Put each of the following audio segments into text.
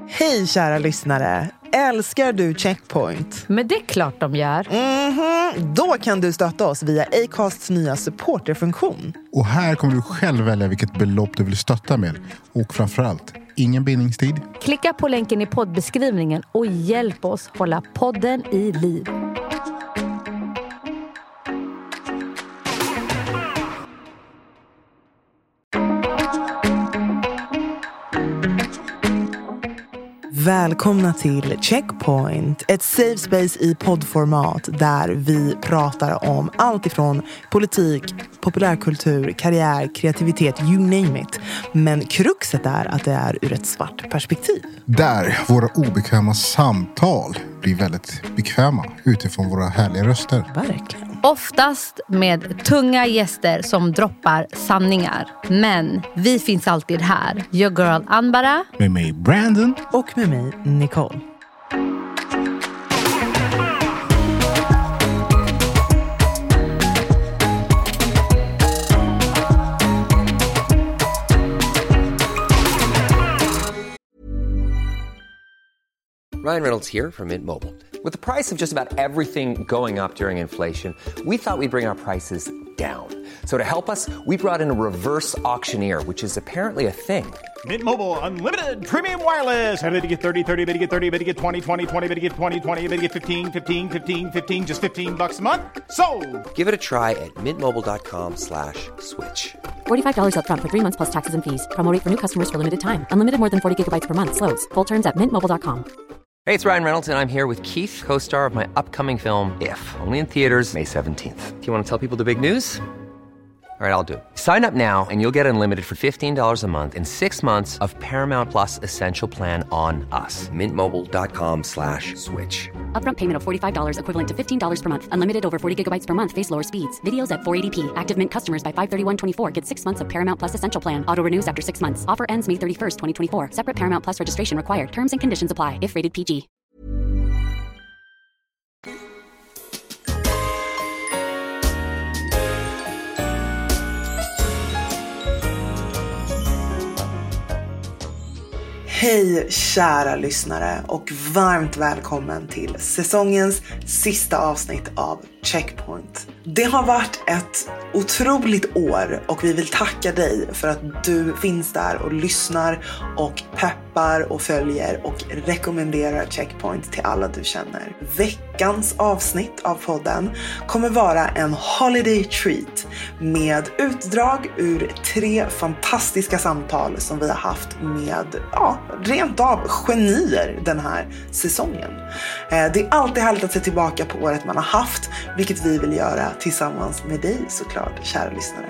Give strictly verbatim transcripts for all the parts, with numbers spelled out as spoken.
Hej kära lyssnare, älskar du Checkpoint? Men det är klart de gör. Mm-hmm. Då kan du stötta oss via Acasts nya supporterfunktion. Och här kommer du själv välja vilket belopp du vill stötta med. Och framförallt, ingen bindningstid. Klicka på länken i poddbeskrivningen och hjälp oss hålla podden i liv. Välkomna till Checkpoint, ett safe space i poddformat där vi pratar om allt ifrån politik, populärkultur, karriär, kreativitet, you name it. Men kruxet är att det är ur ett svart perspektiv. Där våra obekväma samtal blir väldigt bekväma utifrån våra härliga röster. Verkligen. Oftast med tunga gäster som droppar sanningar. Men vi finns alltid här. Your girl Anbara. Med mig Brandon. Och med mig Nicole. Ryan Reynolds here from Mint Mobile. With the price of just about everything going up during inflation, we thought we'd bring our prices down. So to help us, we brought in a reverse auctioneer, which is apparently a thing. Mint Mobile Unlimited Premium Wireless. How to get thirty, thirty, how to get thirty, how to get twenty, twenty, twenty, how to get twenty, twenty, how to get fifteen, fifteen, fifteen, fifteen, just fifteen bucks a month? Sold! Give it a try at mintmobile.com slash switch. forty-five dollars up front for three months plus taxes and fees. Promo rate for new customers for limited time. Unlimited more than forty gigabytes per month. Slows full terms at mint mobile dot com. Hey, it's Ryan Reynolds, and I'm here with Keith, co-star of my upcoming film, If, only in theaters May seventeenth. Do you want to tell people the big news? All right, I'll do it. Sign up now and you'll get unlimited for fifteen dollars a month and six months of Paramount Plus Essential Plan on us. Mintmobile.com slash switch. Upfront payment of forty-five dollars equivalent to fifteen dollars per month. Unlimited over forty gigabytes per month. Face lower speeds. Videos at four eighty p. Active Mint customers by five thirty-one twenty-four get six months of Paramount Plus Essential Plan. Auto renews after six months. Offer ends May thirty-first, twenty twenty-four. Separate Paramount Plus registration required. Terms and conditions apply if rated P G. Hej kära lyssnare och varmt välkommen till säsongens sista avsnitt av Checkpoint. Det har varit ett otroligt år och vi vill tacka dig för att du finns där och lyssnar och peppar och följer och rekommenderar Checkpoint till alla du känner. Veckans avsnitt av podden kommer vara en holiday treat med utdrag ur tre fantastiska samtal som vi har haft med, ja, rent av genier den här säsongen. Det är alltid härligt att se tillbaka på året man har haft, vilket vi vill göra tillsammans med dig såklart, kära lyssnare.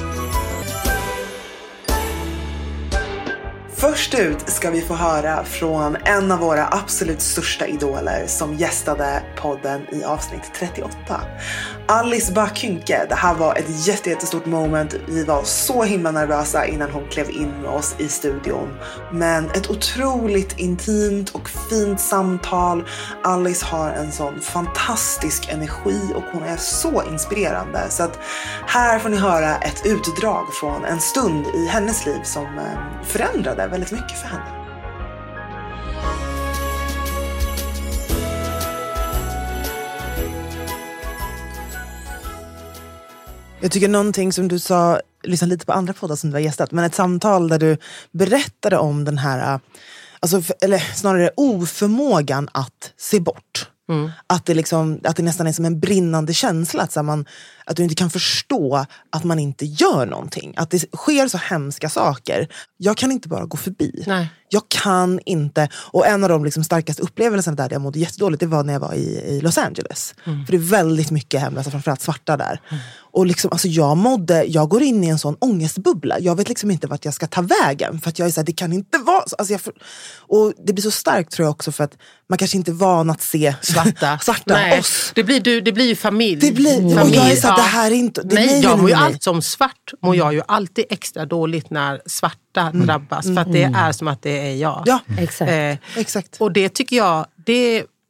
Först ut ska vi få höra från en av våra absolut största idoler som gästade podden i avsnitt trettioåtta. Alice Bakynke. Det här var ett jätte, jättestort moment. Vi var så himla nervösa innan hon klev in med oss i studion. Men ett otroligt intimt och fint samtal. Alice har en sån fantastisk energi och hon är så inspirerande. Så att här får ni höra ett utdrag från en stund i hennes liv som förändrade väldigt mycket för henne. Jag tycker någonting som du sa, lyssna lite på andra poddar som du har gästat, men ett samtal där du berättade om den här, alltså, eller snarare oförmågan att se bort. Mm. Att, det liksom, att det nästan är som en brinnande känsla att, så här, man, att du inte kan förstå att man inte gör någonting. Att det sker så hemska saker. Jag kan inte bara gå förbi. Nej. Jag kan inte. Och en av de liksom starkaste upplevelserna där jag mådde jättedåligt, det var när jag var i, i Los Angeles. Mm. För det är väldigt mycket hemlösa, framförallt svarta där. Mm. Och liksom, alltså jag mådde, jag går in i en sån ångestbubbla. Jag vet liksom inte vart jag ska ta vägen. För att jag är så här, det kan inte vara så. Alltså jag, och det blir så starkt tror jag också för att man kanske inte är van att se svarta, svarta Nej. oss. Det blir, du, det blir ju familj. Det blir, familj. Och jag är så här, det här är inte... Det Nej, är jag mår ju mig. allt som svart. Mår jag ju alltid extra dåligt när svarta mm. drabbas. För att det är som att det är jag. Ja, exakt. Eh, exakt. Och det tycker jag, det,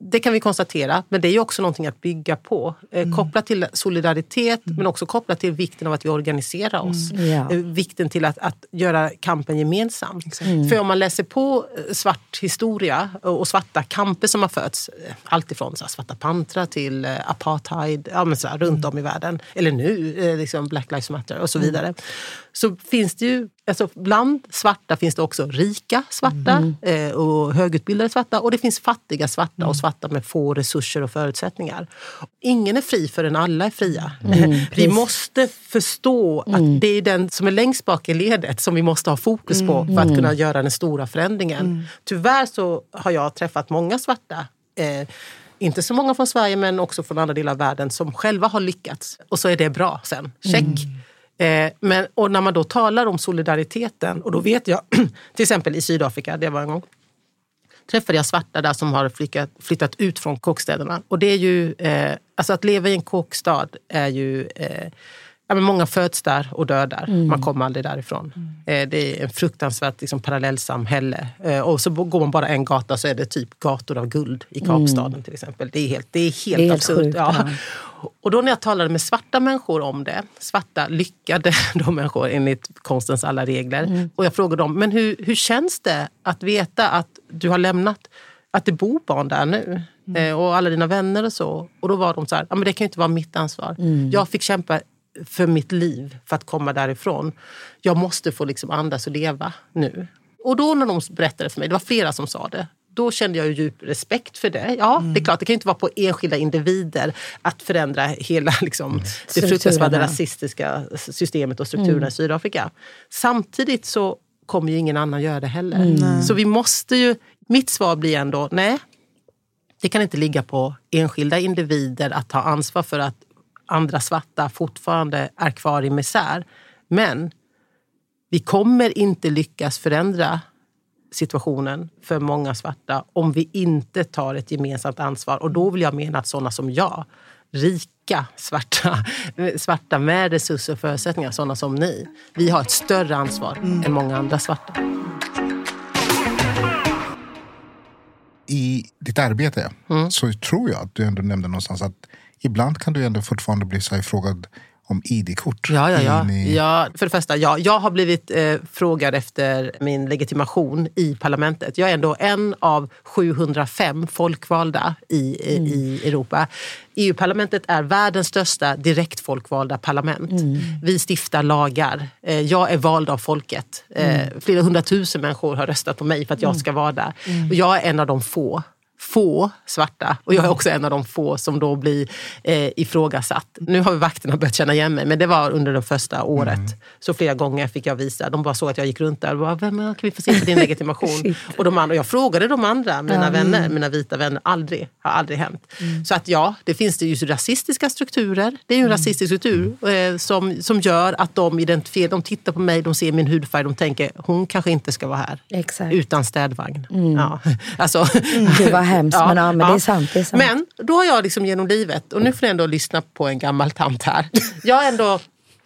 det kan vi konstatera, men det är ju också någonting att bygga på. Eh, mm. Kopplat till solidaritet, mm. men också kopplat till vikten av att vi organiserar oss. Mm. Yeah. Eh, vikten till att, att göra kampen gemensam. Mm. För om man läser på svart historia och svarta kamper som har fötts, alltifrån så här, svarta pantra till eh, apartheid, ja, men så här, runt om i världen, eller nu eh, liksom Black Lives Matter och så vidare. Mm. Så finns det ju, alltså bland svarta finns det också rika svarta mm. eh, och högutbildade svarta, och det finns fattiga svarta mm. och svarta med få resurser och förutsättningar. Ingen är fri förrän alla är fria. Mm, vi måste förstå mm. att det är den som är längst bak i ledet som vi måste ha fokus på mm. för att kunna göra den stora förändringen. Mm. Tyvärr så har jag träffat många svarta, eh, inte så många från Sverige men också från andra delar av världen, som själva har lyckats. Och så är det bra sen. Check. Mm. Eh, men, och när man då talar om solidariteten, och då vet jag, till exempel i Sydafrika, det var en gång, träffade jag svarta där som har flyttat, flyttat ut från kåkstäderna. Och det är ju, eh, alltså att leva i en kåkstad är ju, eh, ja, men många föds där och dör där. Mm. Man kommer aldrig därifrån. Mm. Eh, det är en fruktansvärt liksom, parallellsamhälle. Eh, och så går man bara en gata så är det typ gator av guld i Kapstaden mm. till exempel. Det är helt, det är helt, det är absurt. Helt sjukt, ja. Ja. Och då när jag talade med svarta människor om det, svarta lyckade de människor enligt konstens alla regler. Mm. Och jag frågade dem, men hur, hur känns det att veta att du har lämnat, att det bor barn där nu? Mm. Eh, och alla dina vänner och så. Och då var de så här, ja men det kan ju inte vara mitt ansvar. Mm. Jag fick kämpa för mitt liv för att komma därifrån. Jag måste få liksom andas och leva nu. Och då när de berättade för mig, det var flera som sa det, då kände jag ju djup respekt för det. Ja, mm. det är klart, det kan ju inte vara på enskilda individer att förändra hela liksom, mm. det fruktansvärda rasistiska systemet och strukturerna mm. i Sydafrika. Samtidigt så kommer ju ingen annan göra det heller. Mm. Så vi måste ju, mitt svar blir ändå, nej, det kan inte ligga på enskilda individer att ta ansvar för att andra svarta fortfarande är kvar i misär. Men vi kommer inte lyckas förändra situationen för många svarta om vi inte tar ett gemensamt ansvar. Och då vill jag mena att sådana som jag, rika svarta, svarta med resurser och förutsättningar, sådana som ni, vi har ett större ansvar mm. än många andra svarta. I ditt arbete mm. så tror jag att du ändå nämnde någonstans att ibland kan du ändå fortfarande bli så här frågad om I D-kort. Ja, ja, ja. I... ja för det första, ja, jag har blivit eh, frågad efter min legitimation i parlamentet. Jag är ändå en av sjuhundrafem folkvalda i, mm. i Europa. E U-parlamentet är världens största direkt folkvalda parlament. Mm. Vi stiftar lagar. Eh, jag är vald av folket. Eh, mm. Flera hundratusen människor har röstat på mig för att jag ska vara där. Mm. Och jag är en av de få. få svarta. Och jag är också en av de få som då blir eh, ifrågasatt. Nu har vakterna börjat känna igen mig, men det var under det första året. Mm. Så flera gånger fick jag visa. De bara såg att jag gick runt där och bara, vem kan vi få se på din legitimation? och, de andra, och jag frågade de andra, mina mm. vänner, mina vita vänner, aldrig, har aldrig hänt. Mm. Så att ja, det finns det ju rasistiska strukturer. Det är ju en mm. rasistisk struktur eh, som, som gör att de identifierar, de tittar på mig, de ser min hudfärg, de tänker, hon kanske inte ska vara här. Exakt. Utan städvagn. Mm. Ja. Alltså, det var hemskt, ja, men, ja, men ja. det är sant. Det är sant. Men då har jag liksom genom livet, och nu får jag ändå lyssna på en gammal tant här. Jag ändå,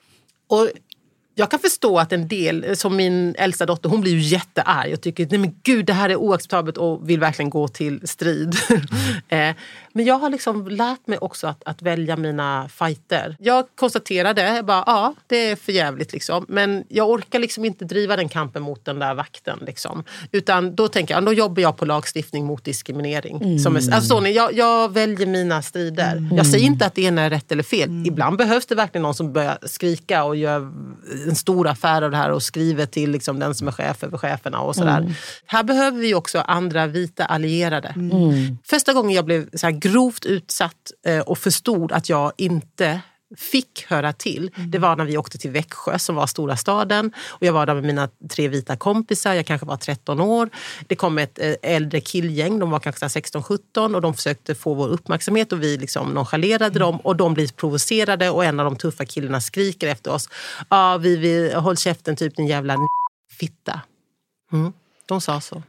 och jag kan förstå att en del, som min äldsta dotter, hon blir ju jättearg och tycker, nej men gud, det här är oacceptabelt och vill verkligen gå till strid. Mm. Men jag har liksom lärt mig också att, att välja mina fighter. Jag konstaterade, jag bara, ja, det är för jävligt liksom. Men jag orkar liksom inte driva den kampen mot den där vakten liksom. Utan då tänker jag, då jobbar jag på lagstiftning mot diskriminering. Mm. Som är, alltså, jag, jag väljer mina strider. Mm. Jag säger inte att det ena är rätt eller fel. Mm. Ibland behövs det verkligen någon som börjar skrika och gör en stor affär av det här och skriver till liksom den som är chef över cheferna och sådär. Mm. Här behöver vi också andra vita allierade. Mm. Första gången jag blev så här grovt utsatt eh, och förstod att jag inte fick höra till. Mm. Det var när vi åkte till Växjö som var stora staden. Och jag var där med mina tre vita kompisar. Jag kanske var tretton år. Det kom ett eh, äldre killgäng. De var kanske sexton sjutton. Och de försökte få vår uppmärksamhet. Och vi liksom nonchalerade mm. dem. Och de blir provocerade. Och en av de tuffa killarna skriker efter oss. Ja, ah, vi vill håll käften typ din jävla n- fitta. Mm. De sa så.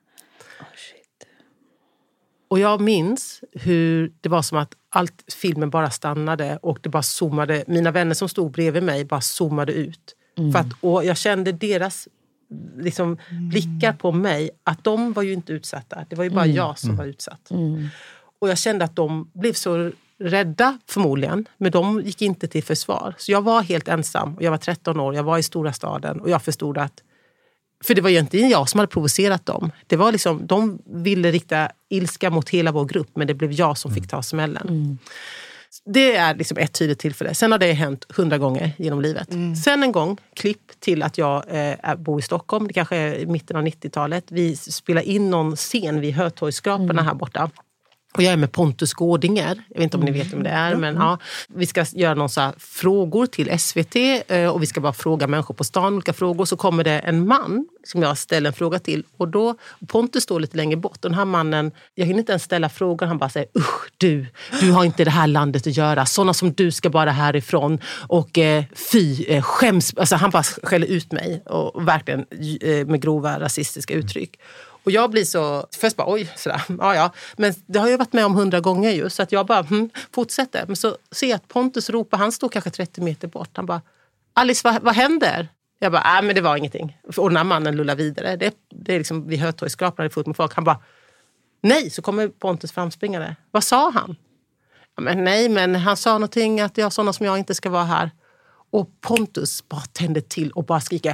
Och jag minns hur det var som att allt filmen bara stannade och det bara zoomade. Mina vänner som stod bredvid mig bara zoomade ut. Mm. För att, och jag kände deras liksom, mm. blickar på mig att de var ju inte utsatta. Det var ju bara mm. jag som mm. var utsatt. Mm. Och jag kände att de blev så rädda förmodligen, men de gick inte till försvar. Så jag var helt ensam och jag var tretton år, jag var i stora staden och jag förstod att, för det var egentligen jag som hade provocerat dem. Det var liksom, de ville rikta ilska mot hela vår grupp, men det blev jag som fick ta smällen. Mm. Det är liksom ett tydligt tillfälle. Sen har det hänt hundra gånger genom livet. Mm. Sen en gång, klipp till att jag eh, bor i Stockholm. Det kanske är i mitten av nittiotalet. Vi spelar in någon scen vid Hötorgsskraporna mm. här borta. Och jag är med Pontus Gårdinger. Jag vet inte om ni vet vem det är. Men ja, vi ska göra någon så här frågor till S V T. Och vi ska bara fråga människor på stan olika frågor. Så kommer det en man som jag ställer en fråga till. Och då, Pontus står lite längre bort. Och den här mannen, jag hinner inte ens ställa frågan. Han bara säger, usch du, du har inte det här landet att göra. Sådana som du ska bara härifrån. Och eh, fy, eh, skäms. Alltså han bara skäller ut mig. Och, och verkligen eh, med grova rasistiska uttryck. Och jag blir så, först bara oj, sådär, ja ja. Men det har jag varit med om hundra gånger ju. Så att jag bara, hm, fortsätter. Men så ser jag att Pontus ropar, han står kanske trettio meter bort. Han bara, Alice, vad, vad händer? Jag bara, nej äh, men det var ingenting. Och den här mannen lullar vidare. Det, det är liksom, vi hörde skraparna i fot med folk. Han bara, nej, så kommer Pontus framspringare. Vad sa han? Ja, men nej, men han sa någonting att jag sådana som jag inte ska vara här. Och Pontus bara tände till och bara skriker,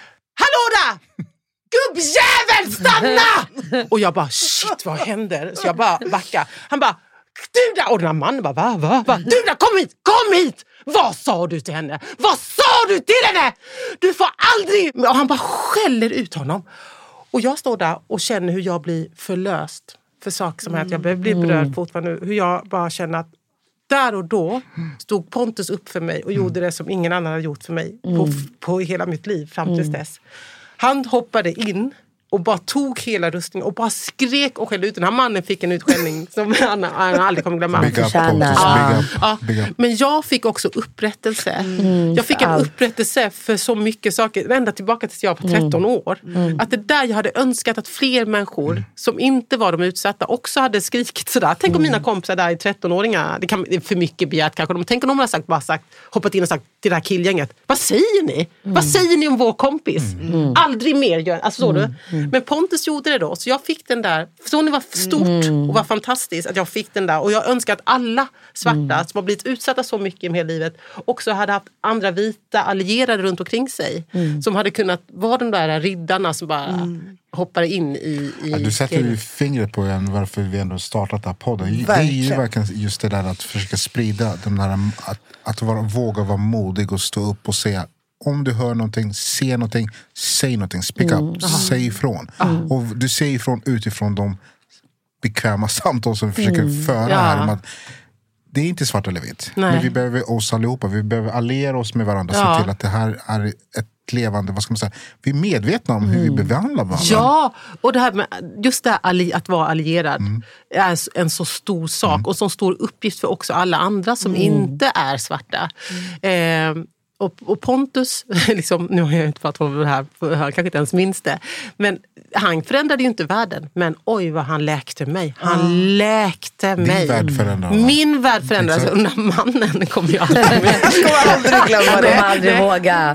hallå där! Gubbjävel, stanna! Och jag bara, shit, vad händer? Så jag bara backar. Han bara, du där! Och den här mannen bara, va, va, va? Du där, kom hit, kom hit! Vad sa du till henne? Vad sa du till henne? Du får aldrig... Och han bara skäller ut honom. Och jag står där och känner hur jag blir förlöst för saker som att jag blir berörd fortfarande. Hur jag bara känner att där och då stod Pontus upp för mig och gjorde det som ingen annan hade gjort för mig på, på hela mitt liv fram tills dess. Han hoppade in och bara tog hela rustningen och bara skrek och skällde ut. Den här mannen fick en utskällning som han, han aldrig kommer glömma. Big up, Pontus, ja, big up, ja. Big up. Men jag fick också upprättelse. Mm, jag fick en allt. upprättelse för så mycket saker. Ända tillbaka tills jag var tretton mm. år. Mm. Att det där jag hade önskat att fler människor mm. som inte var de utsatta också hade skrikit sådär. Tänk om mm. mina kompisar där är tretton-åringar. Det, kan, det är för mycket begärt kanske. De, tänk om de hade sagt, bara sagt, hoppat in och sagt till det här killgänget. Vad säger ni? Mm. Vad säger ni om vår kompis? Mm. Aldrig mer gör. Alltså, så mm. du? Men Pontus gjorde det då. Så jag fick den där. Så det var stort mm. och var fantastiskt att jag fick den där. Och jag önskar att alla svarta mm. som har blivit utsatta så mycket i hela livet också hade haft andra vita allierade runt omkring sig. Mm. Som hade kunnat vara de där riddarna som bara mm. hoppar in i... i ja, du sätter ju fingret på en varför vi ändå startat den här podden. Verkligen. Det är ju verkligen just det där att försöka sprida de där, att, att vara, våga vara modig och stå upp och säga om du hör någonting, ser någonting, säg någonting, speak mm. up, säg ifrån. Mm. Och du säger ifrån utifrån de bekväma samtal som vi försöker mm. föra ja. här. Om att det är inte svart eller vitt. Nej. Men vi behöver oss allihopa, vi behöver alliera oss med varandra. Ja. Se till att det här är ett levande, vad ska man säga, vi är medvetna om hur mm. vi behandlar varandra. Ja, och det här med, just det här att vara allierad mm. är en så stor sak mm. och så stor uppgift för också alla andra som mm. inte är svarta. Mm. Eh, Och, och Pontus, liksom, nu har jag inte pratat om det här, jag kanske inte ens minns det. Men han förändrade ju inte världen. Men oj vad han läkte mig. Han mm. läkte mig. Din värld förändrades. Min värld förändrades. Och den här mannen kommer jag aldrig med. Jag kommer aldrig glömma det. Jag kommer aldrig våga.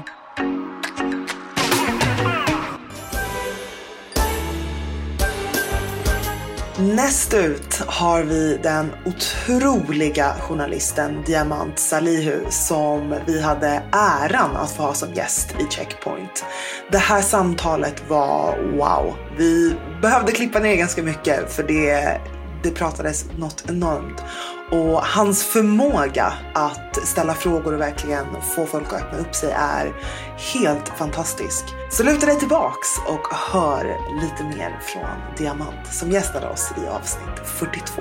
Näst ut har vi den otroliga journalisten Diamant Salihu som vi hade äran att få ha som gäst i Checkpoint. Det här samtalet var wow. Vi behövde klippa ner ganska mycket för det, det pratades något enormt. Och hans förmåga att ställa frågor och verkligen få folk att öppna upp sig är helt fantastisk. Så luta dig tillbaks och hör lite mer från Diamant som gästade oss i avsnitt fyrtiotvå.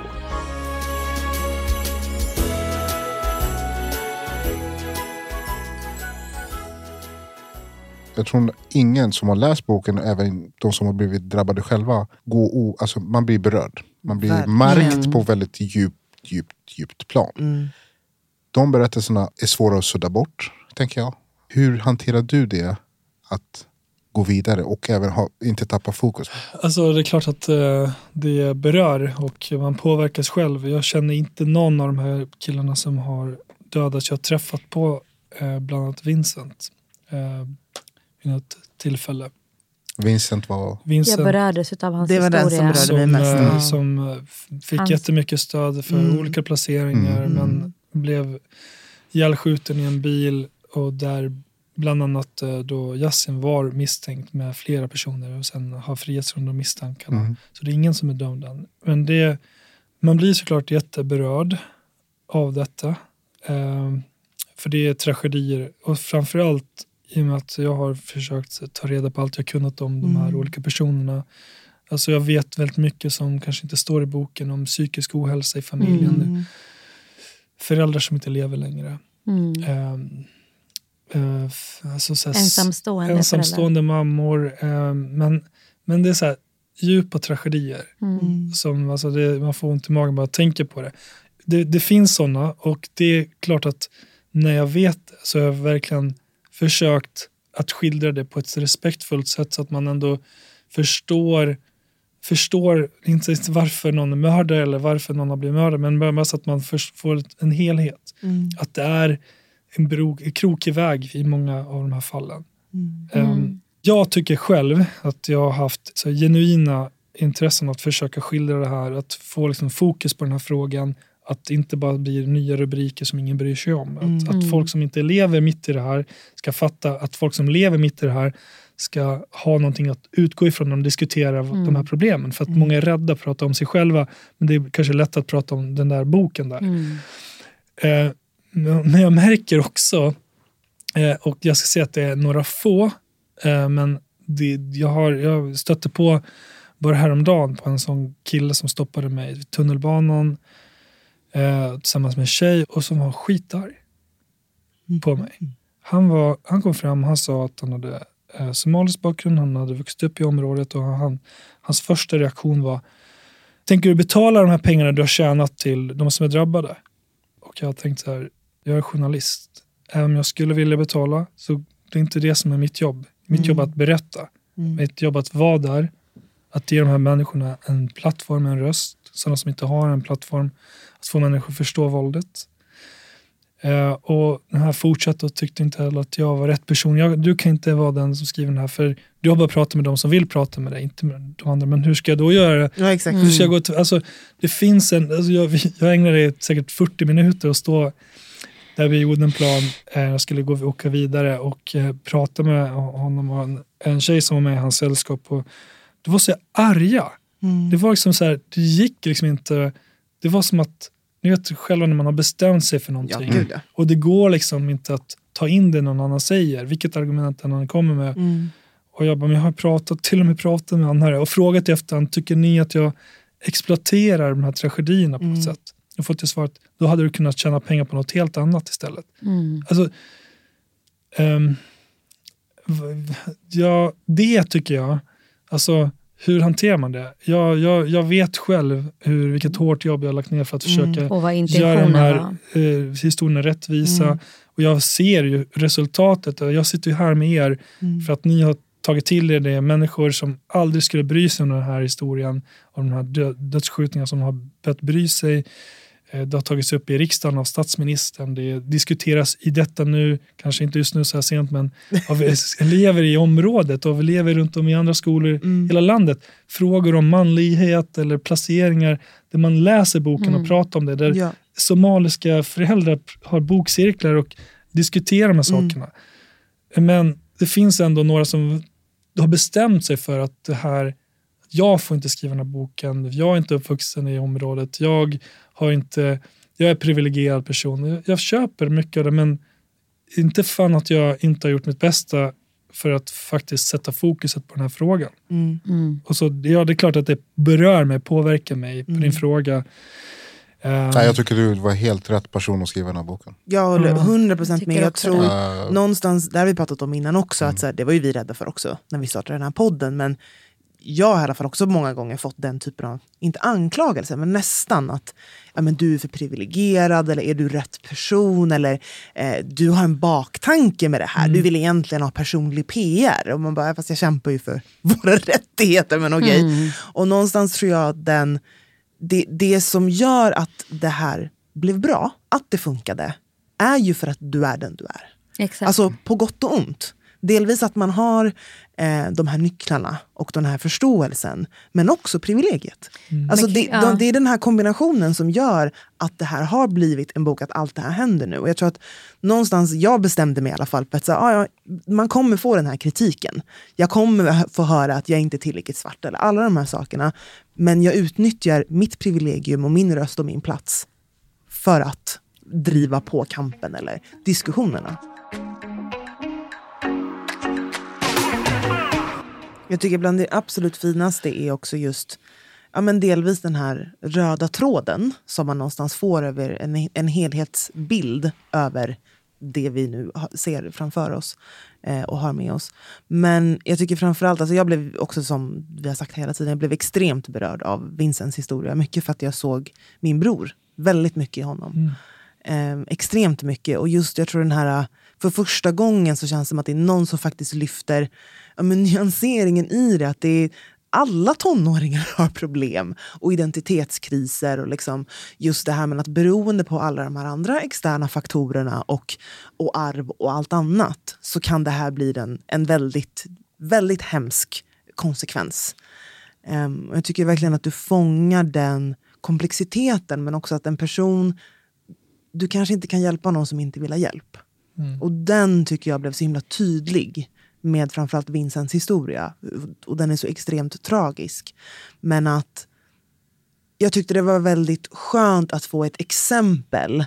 Jag tror ingen som har läst boken, även de som har blivit drabbade själva, går o, alltså man blir berörd. Man blir Verkligen. märkt på väldigt djupt, djupt, djupt plan. Mm. De berättelserna är svåra att sudda bort, tänker jag. Hur hanterar du det att gå vidare och även ha, inte tappa fokus? Alltså det är klart att uh, det berör och man påverkas själv. Jag känner inte någon av de här killarna som har dödats. Jag har träffat på uh, bland annat Vincent uh, vid något tillfälle. Vincent var... Vincent, jag berördes av hans det var historia. Den som berörde mig mest. Som, som fick hans... jättemycket stöd för mm. olika placeringar. Mm. Men blev ihjälskjuten i en bil. Och där bland annat då Yasin var misstänkt med flera personer. Och sen har friats från de misstankarna. Mm. Så det är ingen som är dömd än. Men det, man blir såklart jätteberörd av detta. Eh, för det är tragedier. Och framförallt i och med att jag har försökt ta reda på allt jag kunnat om de här mm. olika personerna. Alltså jag vet väldigt mycket som kanske inte står i boken om psykisk ohälsa i familjen. Mm. Föräldrar som inte lever längre. Mm. Um, uh, alltså så här, ensamstående ensamstående mammor. Um, men, men det är så här djupa tragedier. Mm. Som, alltså det, man får ont i magen bara att tänka på det. det. Det finns sådana, och det är klart att när jag vet det så har jag verkligen försökt att skildra det på ett respektfullt sätt så att man ändå förstår förstår inte varför någon är mördare eller varför någon har blivit mördare, men bara så att man får en helhet. Mm. Att det är en, bro, en krokig väg i många av de här fallen. Mm. Um, jag tycker själv att jag har haft så genuina intressen att försöka skildra det här, att få liksom fokus på den här frågan. Att inte bara blir nya rubriker som ingen bryr sig om. Mm. Att, att folk som inte lever mitt i det här ska fatta att folk som lever mitt i det här ska ha någonting att utgå ifrån när de diskuterar mm. de här problemen. För att mm. många är rädda att prata om sig själva, men det är kanske lätt att prata om den där boken där. Mm. Eh, men jag märker också, eh, och jag ska säga att det är några få, eh, men det, jag, har, jag stötte på bara häromdagen på en sån kille som stoppade mig i tunnelbanan Eh, tillsammans med en tjej och som var skitarg mm. på mig. Han, var, han kom fram och han sa att han hade eh, somalisk bakgrund, han hade vuxit upp i området och han, hans första reaktion var: tänker du betala de här pengarna du har tjänat till de som är drabbade? Och jag tänkte så här, jag är journalist. Även om jag skulle vilja betala så det är inte det som är mitt jobb. Mitt mm. jobb är att berätta. Mm. Mitt jobb är att vara där. Att ge de här människorna en plattform, en röst. Sådana som inte har en plattform. Att få människor att förstå våldet. Eh, och den här fortsatte och tyckte inte heller att jag var rätt person. Jag, du kan inte vara den som skriver den här. För du har bara pratat med de som vill prata med dig. Inte med de andra. Men hur ska jag då göra det? Ja, exakt. Hur ska jag gå till, alltså, det finns en... Alltså, jag, jag ägnade säkert fyrtio minuter att stå där vid Odenplan. Eh, jag skulle gå och åka vidare och eh, prata med honom och en, en tjej som var med i hans sällskap. Och det var så arga. Mm. Det var liksom så här, det gick liksom inte... Det var som att, ni vet själva när man har bestämt sig för någonting. Ja, gud. Och det går liksom inte att ta in det någon annan säger. Vilket argument han kommer med. Mm. Och jag bara, men jag har pratat, till och med pratat med andra och frågat i efterhand, tycker ni att jag exploaterar de här tragedierna på något mm. sätt? Jag har fått till svar att då hade du kunnat tjäna pengar på något helt annat istället. Mm. Alltså, um, ja, det tycker jag, alltså hur hanterar man det? Jag, jag, jag vet själv hur, vilket hårt jobb jag har lagt ner för att försöka mm. göra de här eh, historierna rättvisa. Mm. Och jag ser ju resultatet. Jag sitter ju här med er mm. för att ni har tagit till er det. Människor som aldrig skulle bry sig om den här historien. Om de här dö- dödsskjutningarna som har börjat bry sig. Det har tagits upp i riksdagen av statsministern. Det diskuteras i detta nu, kanske inte just nu så här sent, men av elever i området och elever runt om i andra skolor mm. i hela landet. Frågor om manlighet eller placeringar där man läser boken mm. och pratar om det. Där ja. somaliska föräldrar har bokcirklar och diskuterar de här sakerna. Mm. Men det finns ändå några som har bestämt sig för att det här, jag får inte skriva den här boken, jag är inte uppvuxen i området, jag har inte, jag är privilegierad person. Jag, jag köper mycket av det, men inte fan att jag inte har gjort mitt bästa för att faktiskt sätta fokuset på den här frågan. Mm. Mm. Och så, ja, det är klart att det berör mig, påverkar mig på mm. din fråga. Um, Nej, jag tycker du var helt rätt person att skriva den här boken. Jag håller hundra procent med. Jag tror uh, någonstans, där har vi pratat om innan också, mm. att så här, det var ju vi rädda för också när vi startade den här podden, men jag har i alla fall också många gånger fått den typen av, inte anklagelse, men nästan att ja, men du är för privilegierad, eller är du rätt person, eller eh, du har en baktanke med det här. Mm. Du vill egentligen ha personlig P R. Och man bara, fast jag kämpar ju för våra rättigheter, men okej. Okay. Mm. Och någonstans tror jag att den, det, det som gör att det här blev bra, att det funkade, är ju för att du är den du är. Exakt. Alltså på gott och ont. Delvis att man har eh, de här nycklarna och den här förståelsen. Men också privilegiet. Mm. Alltså det, ja. de, det är den här kombinationen som gör att det här har blivit en bok, att allt det här händer nu. Och jag tror att någonstans, jag bestämde mig i alla fall på att så, ah, ja, man kommer få den här kritiken. Jag kommer få höra att jag inte är tillräckligt svart eller alla de här sakerna. Men jag utnyttjar mitt privilegium och min röst och min plats för att driva på kampen eller diskussionerna. Jag tycker bland det absolut finaste är också just ja, men delvis den här röda tråden som man någonstans får över en, en helhetsbild över det vi nu ser framför oss eh, och har med oss. Men jag tycker framförallt, alltså jag blev också, som vi har sagt hela tiden, jag blev extremt berörd av Vincents historia. Mycket för att jag såg min bror väldigt mycket i honom. Mm. Eh, extremt mycket. Och just jag tror den här, för första gången så känns det som att det är någon som faktiskt lyfter ja, men nyanseringen i det. Att det är alla tonåringar har problem och identitetskriser och liksom just det här med att beroende på alla de här andra externa faktorerna och, och arv och allt annat så kan det här bli en, en väldigt, väldigt hemsk konsekvens. Um, jag tycker verkligen att du fångar den komplexiteten men också att en person, du kanske inte kan hjälpa någon som inte vill ha hjälp. Mm. Och den tycker jag blev så himla tydlig med framförallt Vincents historia. Och den är så extremt tragisk. Men att jag tyckte det var väldigt skönt att få ett exempel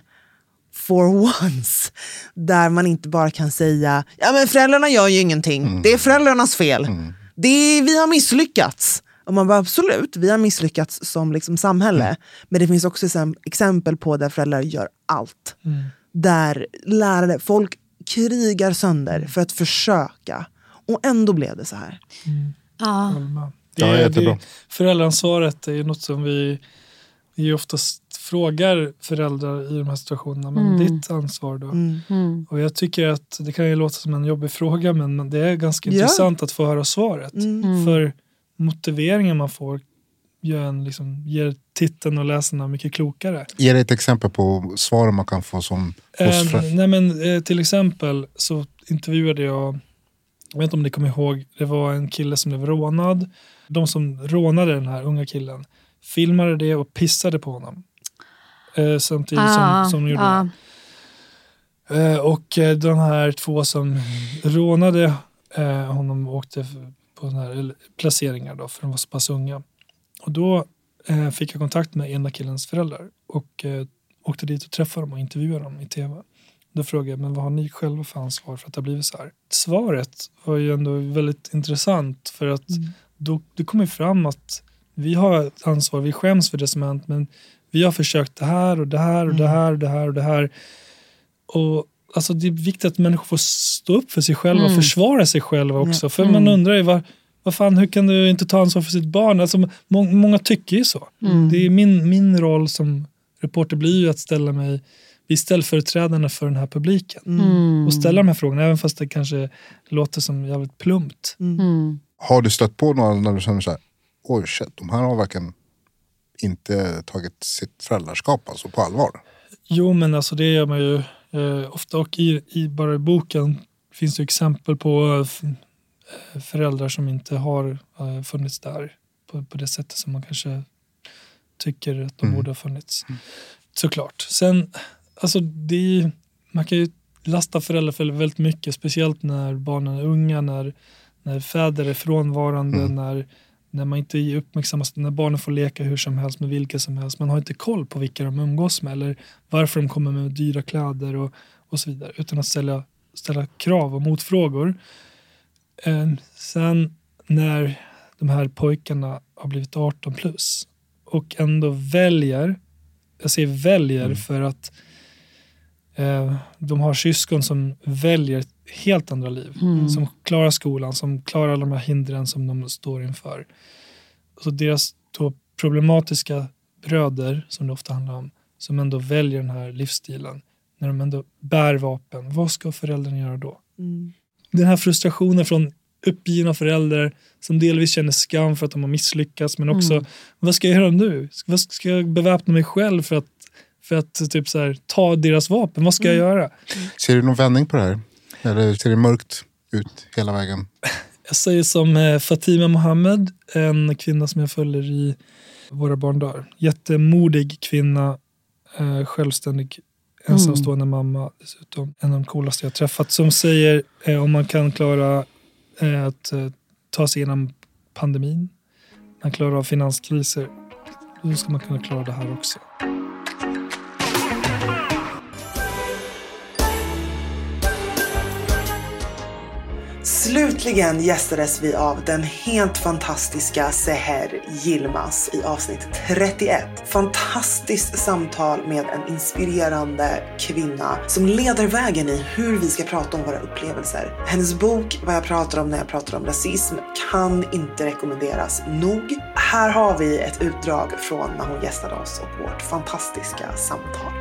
for once. Där man inte bara kan säga ja men föräldrarna gör ju ingenting. Mm. Det är föräldrarnas fel. Mm. Det är, vi har misslyckats. Och man bara absolut, vi har misslyckats som liksom samhälle. Mm. Men det finns också exempel på där föräldrar gör allt. Mm. Där lärare, folk krigar sönder för att försöka. Och ändå blev det så här. Mm. Ja. Det är, ja, det, föräldraansvaret är något som vi, vi oftast frågar föräldrar i de här situationerna. Men mm. ditt ansvar då? Mm. Och jag tycker att det kan ju låta som en jobbig fråga. Men det är ganska ja. intressant att få höra svaret. Mm. För motiveringen man får gör, en, liksom, ger titeln och läsarna mycket klokare. Ge dig ett exempel på svar man kan få som hos eh, Nej men eh, till exempel så intervjuade jag, jag vet inte om ni kommer ihåg, det var en kille som blev rånad. De som rånade den här unga killen filmade det och pissade på honom. Eh, samtidigt ah, som, som de gjorde ah. det. Eh, och eh, de här två som rånade eh, honom åkte på den här placeringar då, för de var så pass unga. Och då eh, fick jag kontakt med ena killens föräldrar och eh, åkte dit och träffade dem och intervjuade dem i tv. Då frågade jag, men vad har ni själva för ansvar för att det har blivit så här? Svaret var ju ändå väldigt intressant för att mm. då, det kommer fram att vi har ett ansvar, vi skäms för det som hänt, men vi har försökt det här och det här och mm. det här och det här och det här. Och alltså det är viktigt att människor får stå upp för sig själva mm. och försvara sig själva också. Mm. För man undrar ju, vad, vad fan, hur kan du inte ta ansvar för sitt barn? Alltså, må, många tycker ju så. Mm. Det är min, min roll som reporter blir ju att ställa mig vid ställföreträdarna för den här publiken. Mm. Och ställa de här frågorna, även fast det kanske låter som jävligt plumpt. Mm. Har du stött på någon när du känner så här, oj shit, de här har verkligen inte tagit sitt föräldraskap alltså på allvar? Jo, men alltså det gör man ju eh, ofta, och i, i bara i boken finns det exempel på eh, föräldrar som inte har eh, funnits där på, på det sättet som man kanske tycker att de mm. borde ha funnits. Mm. Såklart. Sen, alltså det är, man kan ju lasta föräldrar för väldigt mycket, speciellt när barnen är unga, när, när fäder är frånvarande, mm. när, när man inte uppmärksammas, när barnen får leka hur som helst med vilka som helst. Man har inte koll på vilka de umgås med eller varför de kommer med dyra kläder och, och så vidare, utan att ställa, ställa krav och motfrågor. Eh, sen när de här pojkarna har blivit arton plus och ändå väljer, jag säger väljer mm. för att eh, de har syskon som väljer helt andra liv. Mm. Som klarar skolan, som klarar alla de här hindren som de står inför. Så deras då problematiska bröder, som det ofta handlar om, som ändå väljer den här livsstilen, när de ändå bär vapen, vad ska föräldrarna göra då? Mm. Den här frustrationen från uppgivna föräldrar som delvis känner skam för att de har misslyckats, men också mm. vad ska jag göra nu? Vad ska jag beväpna mig själv för att, för att typ så här, ta deras vapen? Vad ska mm. jag göra? Ser du någon vändning på det här? Eller ser det mörkt ut hela vägen? Jag säger som Fatima Mohammed, en kvinna som jag följer i Våra barn dör. Jättemodig kvinna, självständig, ensamstående mm. mamma. Dessutom en av de coolaste jag träffat. Som säger om man kan klara att ta sig igenom pandemin, man klarar av finanskriser, då ska man kunna klara det här också. Slutligen gästades vi av den helt fantastiska Seher Yilmaz i avsnitt trettioett. Fantastiskt samtal med en inspirerande kvinna som leder vägen i hur vi ska prata om våra upplevelser. Hennes bok Vad jag pratar om när jag pratar om rasism kan inte rekommenderas nog. Här har vi ett utdrag från när hon gästade oss och vårt fantastiska samtal.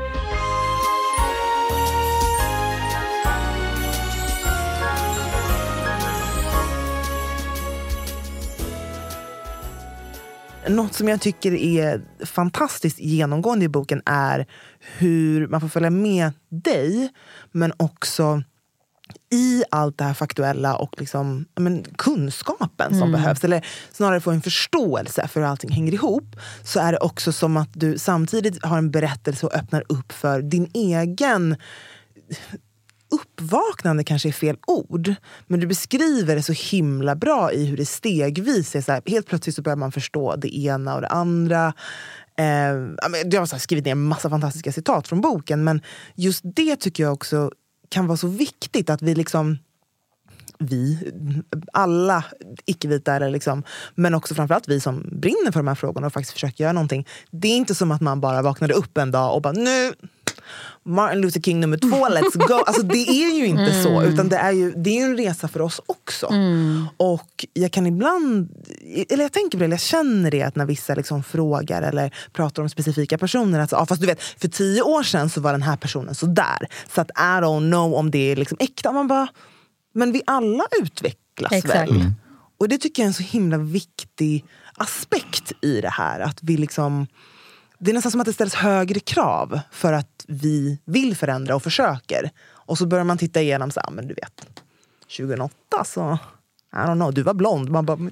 Något som jag tycker är fantastiskt genomgående i boken är hur man får följa med dig, men också i allt det här faktuella och liksom, men, kunskapen som mm. behövs, eller snarare få en förståelse för hur allting hänger ihop, så är det också som att du samtidigt har en berättelse och öppnar upp för din egen uppvaknande, kanske är fel ord, men du beskriver det så himla bra i hur det stegvis är så här, helt plötsligt så börjar man förstå det ena och det andra. Eh, jag har så här skrivit ner en massa fantastiska citat från boken, men just det tycker jag också kan vara så viktigt, att vi liksom vi, alla icke-vita, eller liksom, men också framförallt vi som brinner för de här frågorna och faktiskt försöker göra någonting. Det är inte som att man bara vaknade upp en dag och bara, nu Martin Luther King nummer två, let's go. Alltså det är ju inte mm. så, utan det är ju, det är ju en resa för oss också. Mm. Och jag kan ibland, eller jag tänker på det, eller jag känner det, att när vissa liksom frågar eller pratar om specifika personer, att, ja, fast du vet, för tio år sedan så var den här personen så där. Så att I don't know om det är liksom äkta. Man bara, men vi alla utvecklas Exakt. väl. Mm. Och det tycker jag är en så himla viktig aspekt i det här, att vi liksom, det är nästan som att det ställs högre krav för att vi vill förändra och försöker. Och så börjar man titta igenom så här, men du vet, tjugohundraåtta så, I don't know, du var blond. Man bara, men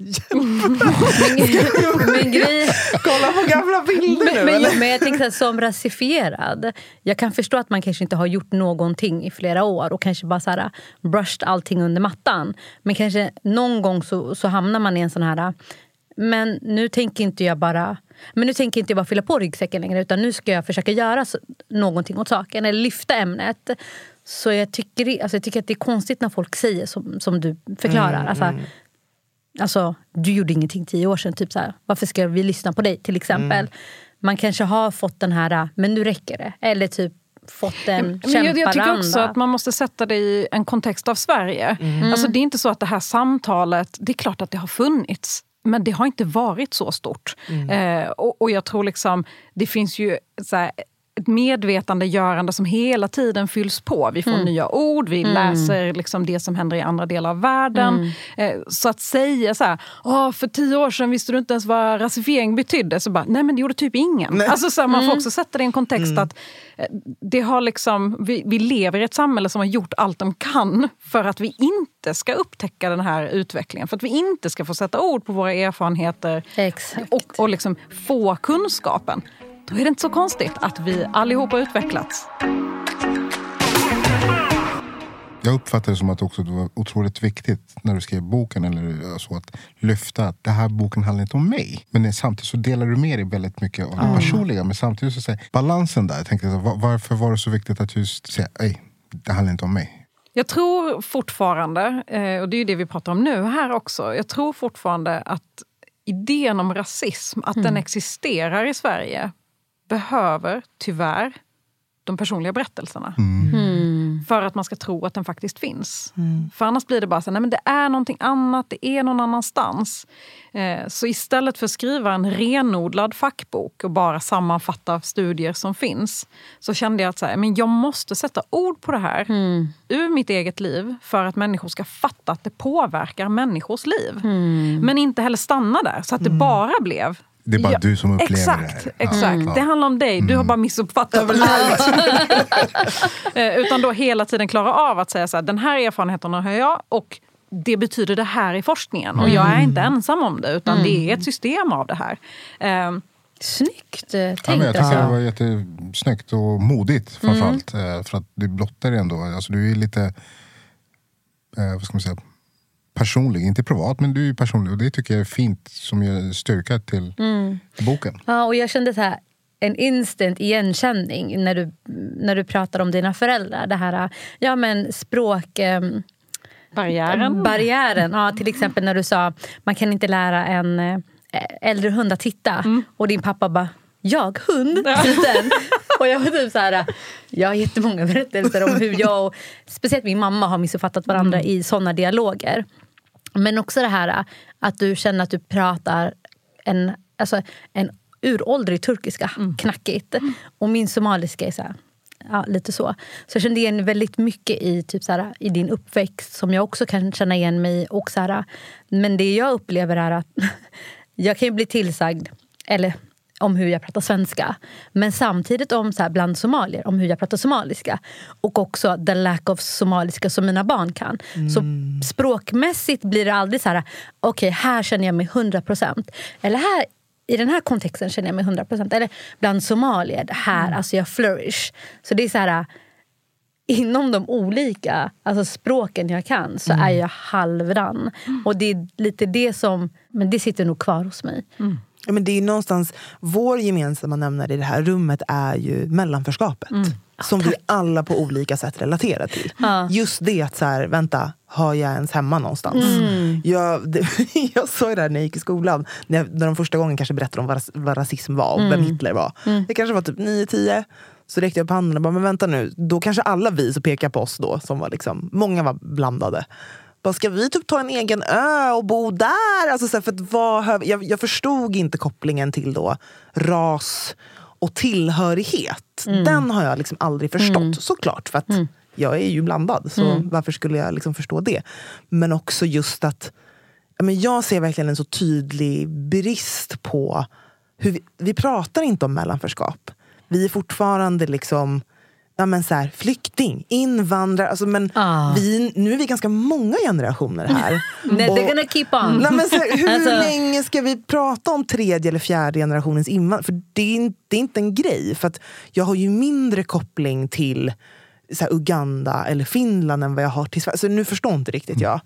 min grej... Kolla på gamla bilder men, nu. Men, jag, men jag tänker som rasifierad, jag kan förstå att man kanske inte har gjort någonting i flera år och kanske bara så här brushed allting under mattan. Men kanske någon gång så, så hamnar man i en sån här, men nu tänker inte jag bara... Men nu tänker inte jag bara fylla på ryggsäcken längre, utan nu ska jag försöka göra någonting åt saken eller lyfta ämnet. Så jag tycker, alltså jag tycker att det är konstigt när folk säger som, som du förklarar. Mm, alltså, mm. alltså, du gjorde ingenting tio år sedan. Typ så här, varför ska vi lyssna på dig till exempel? Mm. Man kanske har fått den här, men nu räcker det. Eller typ fått en kämparanda. Jag, jag tycker också att man måste sätta det i en kontext av Sverige. Mm. Alltså det är inte så att det här samtalet, det är klart att det har funnits. Men det har inte varit så stort. Mm. Eh, och, och jag tror liksom, det finns ju så här, ett medvetandegörande som hela tiden fylls på. Vi får mm. nya ord, vi mm. läser liksom det som händer i andra delar av världen. Mm. Eh, så att säga så här, Åh, för tio år sedan visste du inte ens vad rasifiering betydde. Så bara, nej men det gjorde typ ingen. Alltså, så här, man får också sätta det i en kontext mm. att eh, det har liksom, vi, vi lever i ett samhälle som har gjort allt de kan för att vi inte ska upptäcka den här utvecklingen. För att vi inte ska få sätta ord på våra erfarenheter. Exakt. Och, och liksom få kunskapen. Då är det inte så konstigt att vi allihopa har utvecklats. Jag uppfattar det som att också det var otroligt viktigt när du skrev boken eller så, att lyfta att det här boken handlar inte om mig. Men samtidigt så delar du med dig väldigt mycket av det mm. personliga. Men samtidigt så säger balansen där. Jag tänkte, varför var det så viktigt att just säga, nej, det handlar inte om mig? Jag tror fortfarande, och det är ju det vi pratar om nu här också. Jag tror fortfarande att idén om rasism, att mm. den existerar i Sverige, behöver tyvärr de personliga berättelserna. Mm. Mm. För att man ska tro att den faktiskt finns. Mm. För annars blir det bara så, nej men det är någonting annat, det är någon annanstans. Eh, så istället för att skriva en renodlad fackbok och bara sammanfatta studier som finns, så kände jag att så här, men jag måste sätta ord på det här mm. ur mitt eget liv för att människor ska fatta att det påverkar människors liv. Mm. Men inte heller stanna där, så att det mm. bara blev det är bara ja, du som upplever exakt, det här. Exakt, ja. Det handlar om dig. Du har bara missuppfattat mm. allt. Utan då hela tiden klara av att säga så här, den här erfarenheten har jag och det betyder det här i forskningen. Och jag är inte ensam om det, utan mm. det är ett system av det här. Um, Snyggt tänkt. Ja, men jag tycker det var jättesnyggt och modigt framförallt. Mm. För att det blottar ändå. Alltså, du är lite, eh, vad ska man säga, personlig. Inte privat, men du är personlig. Och det tycker jag är fint som ger styrka till mm. boken. Ja, och jag kände så här, en instant igenkänning när du, när du pratar om dina föräldrar. Det här, ja men språk... Eh, barriären. Barriären, ja, till exempel när du sa man kan inte lära en eh, äldre hund att titta. Mm. Och din pappa bara, jag hund? Ja. Och jag var typ så här, jag har jättemånga berättelser om hur jag och speciellt min mamma har missuppfattat varandra mm. i sådana dialoger. Men också det här att du känner att du pratar en, alltså en uråldrig turkiska, mm. knackigt. Mm. Och min somaliska är så här, ja, lite så. Så jag kände igen väldigt mycket i, typ så här, i din uppväxt som jag också kan känna igen mig i. Och så här, men det jag upplever är att jag kan ju bli tillsagd eller om hur jag pratar svenska. Men samtidigt om så här, bland somalier, om hur jag pratar somaliska. Och också the lack of somaliska som mina barn kan. Mm. Så språkmässigt blir det aldrig så här, okej, okay, här känner jag mig hundra procent. Eller här, i den här kontexten känner jag mig hundra procent. Eller bland somalier, här, mm. alltså jag flourish. Så det är så här, inom de olika alltså språken jag kan så mm. är jag halvdan. Mm. Och det är lite det som, men det sitter nog kvar hos mig. Mm. Ja, men det är någonstans, vår gemensamma nämnare i det här rummet är ju mellanförskapet. Mm. Som Tack. vi alla på olika sätt relaterar till. Ja. Just det att så här, vänta, har jag ens hemma någonstans? Mm. Jag, det, jag sa ju det här när jag gick i skolan. När, jag, när de första gången kanske berättade om vad, vad rasism var och mm. vem Hitler var. Mm. Jag kanske var typ nio tio. Så räckte jag på handen och bara, men vänta nu. Då kanske alla vi så pekar på oss då. Som var liksom, många var blandade. Bara, ska vi typ ta en egen ö och bo där? Alltså, så här, för att vad, jag, jag förstod inte kopplingen till då ras och tillhörighet. Mm. Den har jag liksom aldrig förstått. Mm. Såklart, för att mm. jag är ju blandad. Så mm. varför skulle jag liksom förstå det? Men också just att ja, men jag ser verkligen en så tydlig brist på hur vi, vi pratar inte om mellanförskap. Vi är fortfarande liksom ja, men så här, flykting, invandrare, alltså, men ah. vi, nu är vi ganska många generationer här. Nej, they're gonna keep on. Nej, men så här, hur alltså. länge ska vi prata om tredje eller fjärde generationens invandrare? För det är, det är inte en grej. För att jag har ju mindre koppling till så här, Uganda eller Finland än vad jag har till Sverige. Så nu förstår inte riktigt jag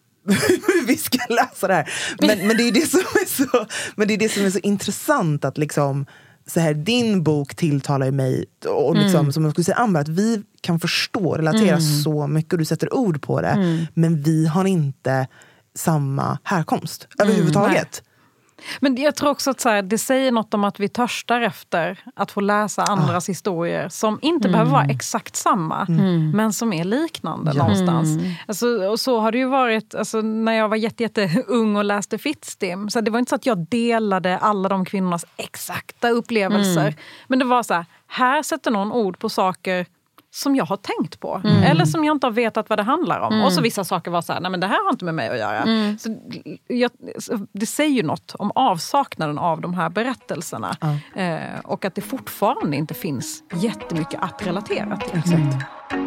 hur vi ska läsa det här. Men, men, det är det som är så, men det är det som är så intressant att liksom så här, din bok tilltalar ju mig och liksom, mm. som jag skulle säga Amber, att vi kan förstå, relatera mm. så mycket och du sätter ord på det, mm. men vi har inte samma härkomst mm. överhuvudtaget. Nej. Men jag tror också att så här, det säger något om att vi törstar efter att få läsa andras ah. historier som inte mm. behöver vara exakt samma, mm. men som är liknande ja. någonstans. Mm. Alltså, och så har det ju varit alltså, när jag var jätte, jätte ung och läste Fittstim. Så det var inte så att jag delade alla de kvinnornas exakta upplevelser. Mm. Men det var så här, här sätter någon ord på saker som jag har tänkt på. Mm. Eller som jag inte har vetat vad det handlar om. Mm. Och så vissa saker var så här, nej men det här har inte med mig att göra. Mm. Så jag, det säger ju något om avsaknaden av de här berättelserna. Mm. Eh, och att det fortfarande inte finns jättemycket att relatera till. Exakt. Mm.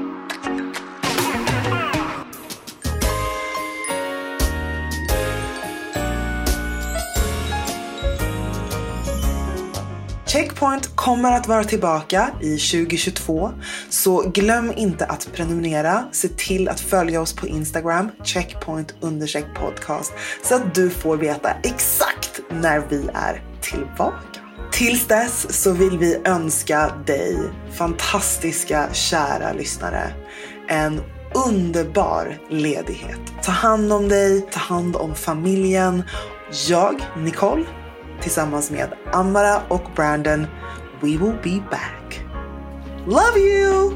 Checkpoint kommer att vara tillbaka i tjugo tjugotvå, så glöm inte att prenumerera. Se till att följa oss på Instagram, checkpoint understreck podcast, så att du får veta exakt när vi är tillbaka. Tills dess så vill vi önska dig, fantastiska kära lyssnare, en underbar ledighet. Ta hand om dig, ta hand om familjen. Jag, Nicole, tillsammans med Amara och Brandon, we will be back. Love you!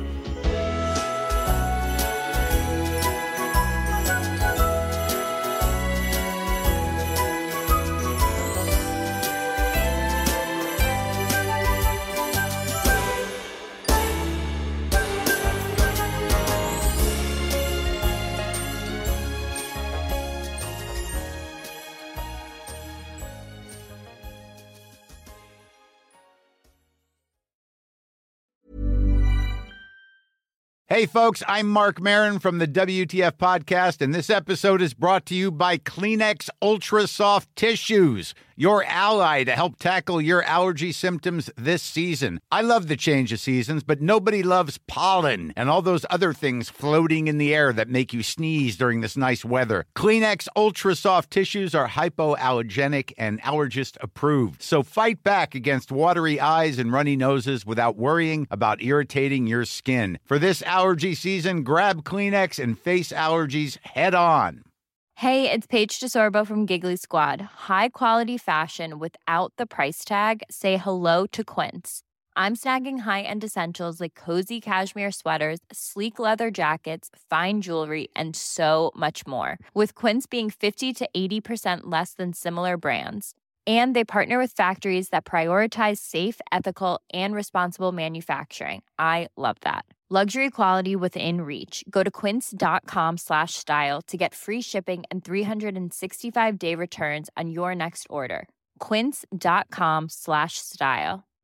Hey, folks, I'm Mark Maron from the W T F Podcast, and this episode is brought to you by Kleenex Ultra Soft Tissues, your ally to help tackle your allergy symptoms this season. I love the change of seasons, but nobody loves pollen and all those other things floating in the air that make you sneeze during this nice weather. Kleenex Ultra Soft Tissues are hypoallergenic and allergist approved, so fight back against watery eyes and runny noses without worrying about irritating your skin. For this allergy season, grab Kleenex and face allergies head on. Hey, it's Paige DeSorbo from Giggly Squad. High quality fashion without the price tag. Say hello to Quince. I'm snagging high-end essentials like cozy cashmere sweaters, sleek leather jackets, fine jewelry, and so much more. With Quince being fifty to eighty percent less than similar brands. And they partner with factories that prioritize safe, ethical, and responsible manufacturing. I love that. Luxury quality within reach. Go to quince.com slash style to get free shipping and three sixty-five day returns on your next order. Quince.com slash style.